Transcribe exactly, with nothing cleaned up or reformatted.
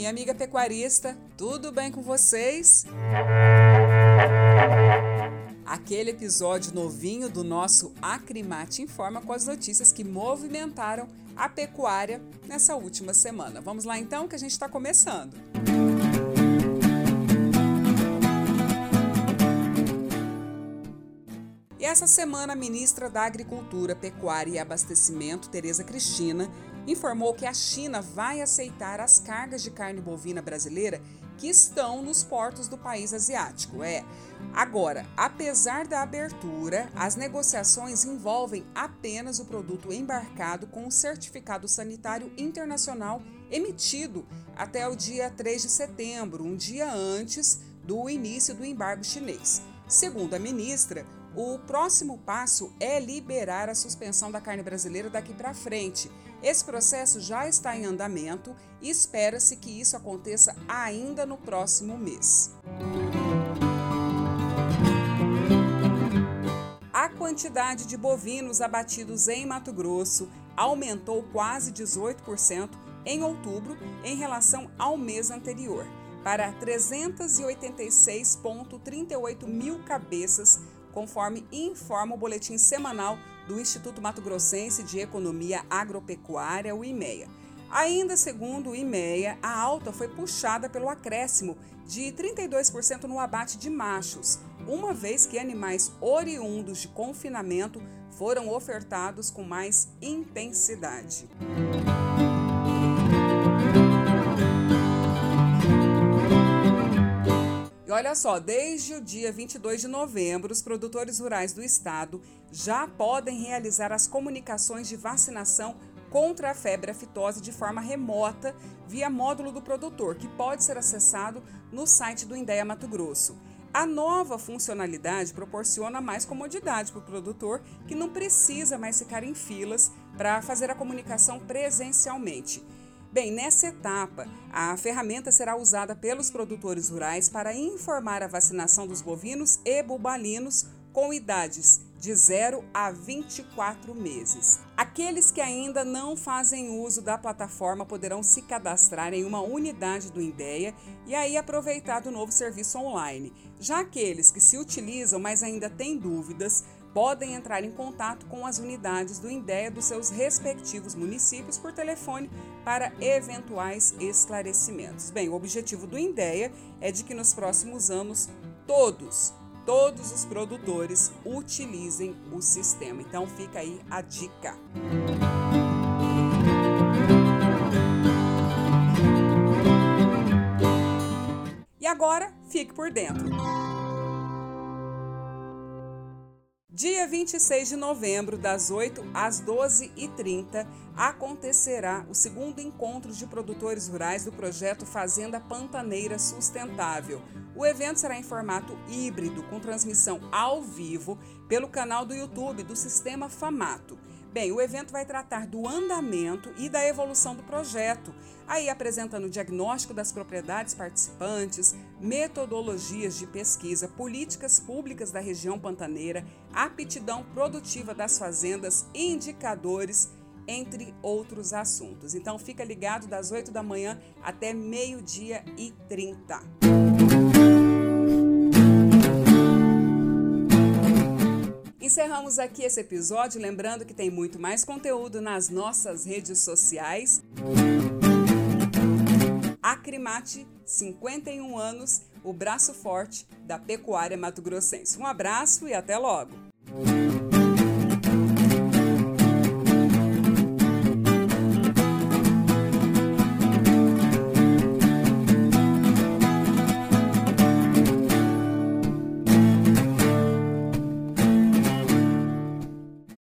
minha amiga pecuarista, tudo bem com vocês? Aquele episódio novinho do nosso Acrimate Informa com as notícias que movimentaram a pecuária nessa última semana. Vamos lá então que a gente está começando. E essa semana a ministra da Agricultura, Pecuária e Abastecimento, Tereza Cristina, informou que a China vai aceitar as cargas de carne bovina brasileira que estão nos portos do país asiático. É. Agora, apesar da abertura, as negociações envolvem apenas o produto embarcado com o certificado sanitário internacional emitido até o dia três de setembro, um dia antes do início do embargo chinês. Segundo a ministra, o próximo passo é liberar a suspensão da carne brasileira daqui para frente. Esse processo já está em andamento e espera-se que isso aconteça ainda no próximo mês. A quantidade de bovinos abatidos em Mato Grosso aumentou quase dezoito por cento em outubro em relação ao mês anterior, para trezentos e oitenta e seis vírgula trinta e oito mil cabeças, conforme informa o boletim semanal do Instituto Mato Grossense de Economia Agropecuária, o IMEA. Ainda segundo o IMEA, a alta foi puxada pelo acréscimo de trinta e dois por cento no abate de machos, uma vez que animais oriundos de confinamento foram ofertados com mais intensidade. E olha só, desde o dia vinte e dois de novembro, os produtores rurais do estado já podem realizar as comunicações de vacinação contra a febre aftosa de forma remota via módulo do produtor, que pode ser acessado no site do INDEA Mato Grosso. A nova funcionalidade proporciona mais comodidade para o produtor, que não precisa mais ficar em filas para fazer a comunicação presencialmente. Bem, nessa etapa, a ferramenta será usada pelos produtores rurais para informar a vacinação dos bovinos e bubalinos com idades de zero a vinte e quatro meses. Aqueles que ainda não fazem uso da plataforma poderão se cadastrar em uma unidade do INDEA e aí aproveitar do novo serviço online. Já aqueles que se utilizam, mas ainda têm dúvidas, podem entrar em contato com as unidades do INDEA dos seus respectivos municípios por telefone para eventuais esclarecimentos. Bem, o objetivo do INDEA é de que nos próximos anos todos, todos os produtores utilizem o sistema. Então fica aí a dica. E agora, fique por dentro. Dia vinte e seis de novembro, das oito às doze e trinta, acontecerá o segundo encontro de produtores rurais do projeto Fazenda Pantaneira Sustentável. O evento será em formato híbrido, com transmissão ao vivo pelo canal do YouTube do Sistema Famato. Bem, o evento vai tratar do andamento e da evolução do projeto, aí apresentando o diagnóstico das propriedades participantes, metodologias de pesquisa, políticas públicas da região pantaneira, aptidão produtiva das fazendas, indicadores, entre outros assuntos. Então fica ligado das oito da manhã até meio-dia e trinta. Encerramos aqui esse episódio, lembrando que tem muito mais conteúdo nas nossas redes sociais. Acrimate, cinquenta e um anos, o braço forte da pecuária mato-grossense. Um abraço e até logo!